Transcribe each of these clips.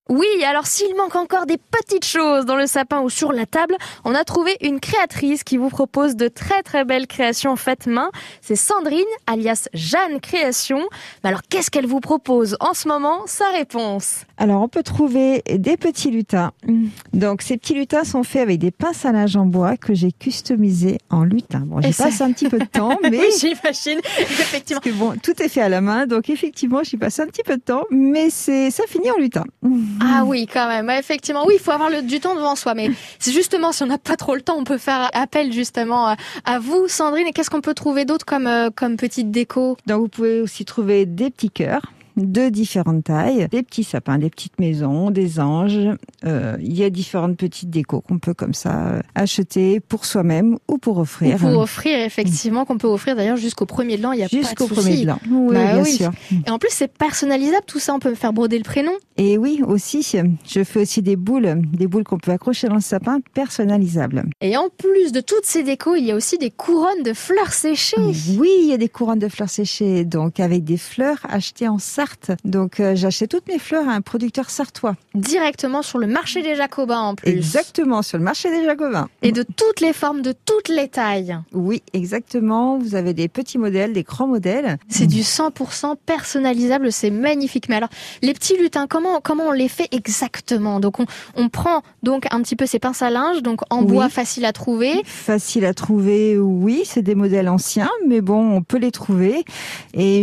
Oui, alors s'il manque encore des petites choses dans le sapin ou sur la table, on a trouvé une créatrice qui vous propose de très très belles créations faites main. C'est Sandrine, alias Jeanne Création. Mais alors qu'est-ce qu'elle vous propose en ce moment? Sa réponse. Alors, on peut trouver des petits lutins. Donc, ces petits lutins sont faits avec des pinces à linge en bois que j'ai customisés en lutin. Bon, j'y passe un petit peu de temps, mais... Oui, j'imagine, effectivement. Parce que bon, tout est fait à la main, donc effectivement, j'y passe un petit peu de temps, mais ça finit en lutin. Ah oui, quand même. Ouais, effectivement, oui, il faut avoir du temps devant soi. Mais c'est justement, si on n'a pas trop le temps, on peut faire appel justement à vous, Sandrine. Et qu'est-ce qu'on peut trouver d'autre comme petite déco? Donc, vous pouvez aussi trouver des petits cœurs de différentes tailles, des petits sapins, des petites maisons, des anges. Il y a différentes petites décos qu'on peut comme ça acheter pour soi-même ou pour offrir. Ou pour offrir, effectivement, qu'on peut offrir d'ailleurs jusqu'au 1er de l'an, il n'y a pas de souci. Jusqu'au 1er de l'an, oui, bien sûr. Et en plus, c'est personnalisable tout ça, on peut faire broder le prénom. Et oui, aussi, je fais aussi des boules qu'on peut accrocher dans le sapin, personnalisables. Et en plus de toutes ces décos, il y a aussi des couronnes de fleurs séchées. Oui, il y a des couronnes de fleurs séchées, donc avec des fleurs achetées en Sarthe. Donc j'achète toutes mes fleurs à un producteur sartois. Directement sur le marché des Jacobins en plus. Exactement, sur le marché des Jacobins. Et de toutes les formes, de toutes les tailles. Oui, exactement. Vous avez des petits modèles, des grands modèles. C'est du 100% personnalisable, c'est magnifique. Mais alors, les petits lutins, comment on les fait exactement? Donc on prend donc un petit peu ces pinces à linge, donc en bois facile à trouver. Facile à trouver, oui, c'est des modèles anciens, mais bon, on peut les trouver. Et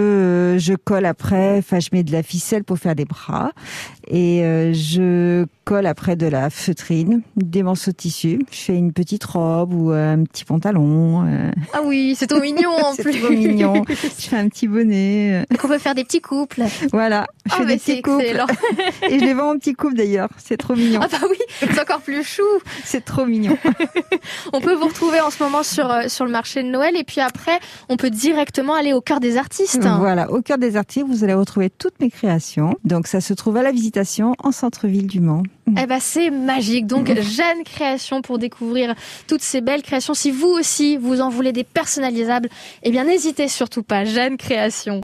je colle après, je mets de la ficelle pour faire des bras. Et je colle après de la feutrine, des morceaux de tissu. Je fais une petite robe ou un petit pantalon. Ah oui, c'est trop mignon en plus. C'est trop mignon. Je fais un petit bonnet. Donc on peut faire des petits couples. Voilà, je fais des petits couples. Et je les vends en petits couples d'ailleurs. C'est trop mignon. Ah bah oui, c'est encore plus chou. C'est trop mignon. On peut vous retrouver en ce moment sur le marché de Noël. Et puis après, on peut directement aller au cœur des artistes. Voilà, au cœur des artistes, vous allez retrouver toutes mes créations. Donc ça se trouve à la Visitation, en centre-ville du Mans. Eh ben c'est magique. Donc Jeanne Création pour découvrir toutes ces belles créations. Si vous aussi vous en voulez des personnalisables, eh bien n'hésitez surtout pas. Jeanne Création.